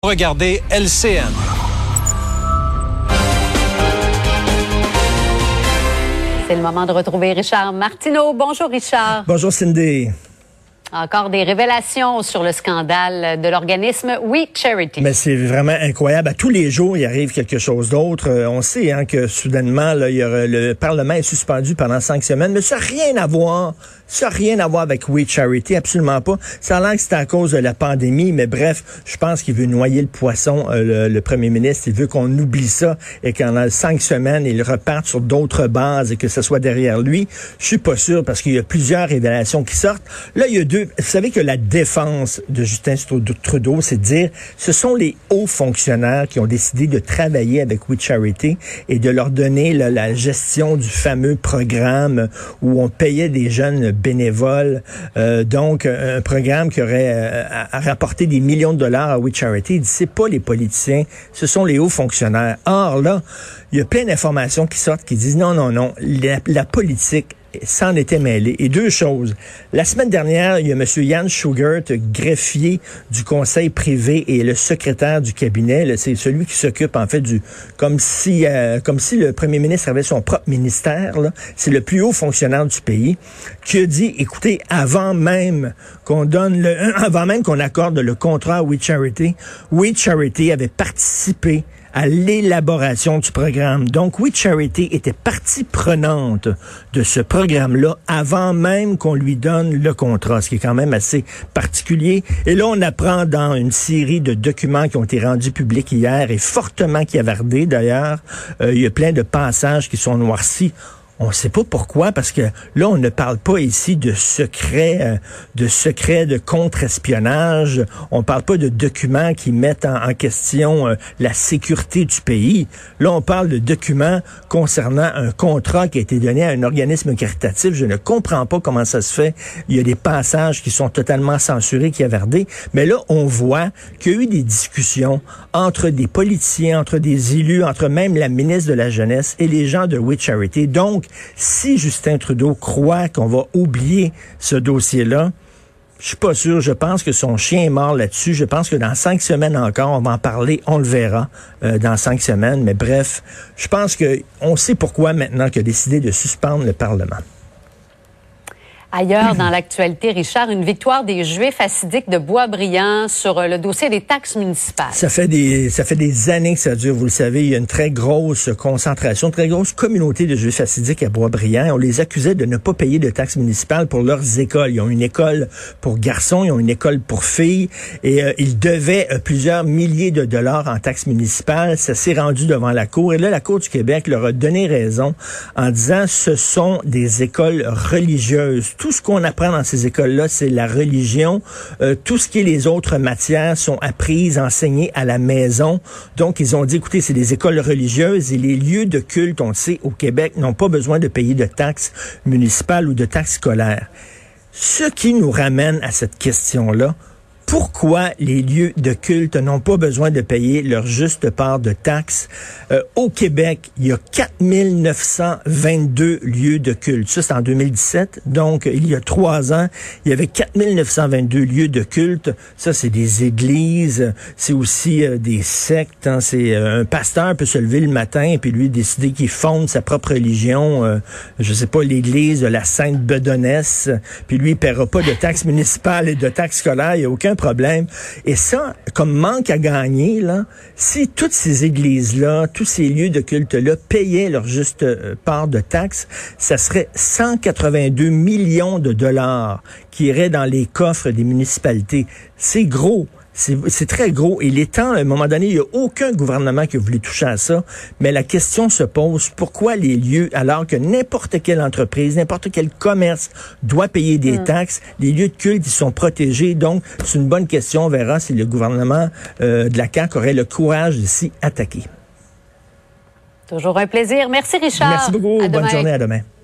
Regardez LCN. C'est le moment de retrouver Richard Martineau. Bonjour Richard. Bonjour Cindy. Encore des révélations sur le scandale de l'organisme We Charity. Mais c'est vraiment incroyable. À tous les jours, il arrive quelque chose d'autre. On sait que soudainement, là, le Parlement est suspendu pendant 5 semaines, mais ça n'a rien à voir. Ça n'a rien à voir avec We Charity, absolument pas. Ça a l'air que c'est à cause de la pandémie, mais bref, je pense qu'il veut noyer le poisson, le premier ministre. Il veut qu'on oublie ça et qu'en 5 semaines, il reparte sur d'autres bases et que ce soit derrière lui. Je suis pas sûr parce qu'il y a plusieurs révélations qui sortent. Là, il y a deux. Vous savez que la défense de Justin Trudeau, c'est de dire ce sont les hauts fonctionnaires qui ont décidé de travailler avec We Charity et de leur donner la gestion du fameux programme où on payait des jeunes bénévoles. Donc, un programme qui aurait rapporté des millions de dollars à We Charity. Il dit, c'est pas les politiciens, ce sont les hauts fonctionnaires. Or, là, il y a plein d'informations qui sortent qui disent non, la politique s'en était mêlé. Et deux choses. La semaine dernière, il y a M. Jan Schugert, greffier du conseil privé et le secrétaire du cabinet. Là, c'est celui qui s'occupe, en fait, comme si le premier ministre avait son propre ministère. Là. C'est le plus haut fonctionnaire du pays qui a dit, écoutez, avant même qu'on accorde le contrat à We Charity avait participé à l'élaboration du programme. Donc, We Charity était partie prenante de ce programme-là avant même qu'on lui donne le contrat, ce qui est quand même assez particulier. Et là, on apprend dans une série de documents qui ont été rendus publics hier et fortement chiavardés d'ailleurs. Il y a plein de passages qui sont noircis. On ne sait pas pourquoi, parce que là, on ne parle pas ici de secret de contre-espionnage. On parle pas de documents qui mettent en question la sécurité du pays. Là, on parle de documents concernant un contrat qui a été donné à un organisme caritatif. Je ne comprends pas comment ça se fait. Il y a des passages qui sont totalement censurés, chiavardés. Mais là, on voit qu'il y a eu des discussions entre des politiciens, entre des élus, entre même la ministre de la Jeunesse et les gens de We Charity. Donc, si Justin Trudeau croit qu'on va oublier ce dossier-là, je suis pas sûr. Je pense que son chien est mort là-dessus. Je pense que dans 5 semaines encore, on va en parler. On le verra dans 5 semaines. Mais bref, je pense qu'on sait pourquoi maintenant qu'il a décidé de suspendre le Parlement. Ailleurs, dans l'actualité, Richard, une victoire des Juifs hassidiques de Boisbriand sur le dossier des taxes municipales. Ça fait des années que ça dure, vous le savez. Il y a une très grosse concentration, une très grosse communauté de Juifs hassidiques à Boisbriand. On les accusait de ne pas payer de taxes municipales pour leurs écoles. Ils ont une école pour garçons, ils ont une école pour filles, et ils devaient plusieurs milliers de dollars en taxes municipales. Ça s'est rendu devant la Cour. Et là, la Cour du Québec leur a donné raison en disant ce sont des écoles religieuses. Tout ce qu'on apprend dans ces écoles-là, c'est la religion. Tout ce qui est les autres matières sont apprises, enseignées à la maison. Donc, ils ont dit, écoutez, c'est des écoles religieuses et les lieux de culte, on le sait, au Québec, n'ont pas besoin de payer de taxes municipales ou de taxes scolaires. Ce qui nous ramène à cette question-là, pourquoi les lieux de culte n'ont pas besoin de payer leur juste part de taxes? Au Québec, il y a 4922 lieux de culte. Ça, c'est en 2017. Donc, il y a 3 ans, il y avait 4922 lieux de culte. Ça, c'est des églises. C'est aussi des sectes. Hein. C'est un pasteur peut se lever le matin et puis lui décider qu'il fonde sa propre religion. Je sais pas, l'église de la Sainte Bedonnesse. Puis lui, il paiera pas de taxes municipales et de taxes scolaires. Il n'y a aucun problème. Et ça, comme manque à gagner, là, si toutes ces églises-là, tous ces lieux de culte-là payaient leur juste part de taxes, ça serait 182 millions de dollars qui iraient dans les coffres des municipalités. C'est gros. C'est très gros. Et il est temps, à un moment donné, il n'y a aucun gouvernement qui a voulu toucher à ça, mais la question se pose, pourquoi les lieux, alors que n'importe quelle entreprise, n'importe quel commerce doit payer des taxes, les lieux de culte, ils sont protégés. Donc, c'est une bonne question. On verra si le gouvernement de la CAQ aurait le courage de s'y attaquer. Toujours un plaisir. Merci, Richard. Merci beaucoup. Bonne journée. À demain.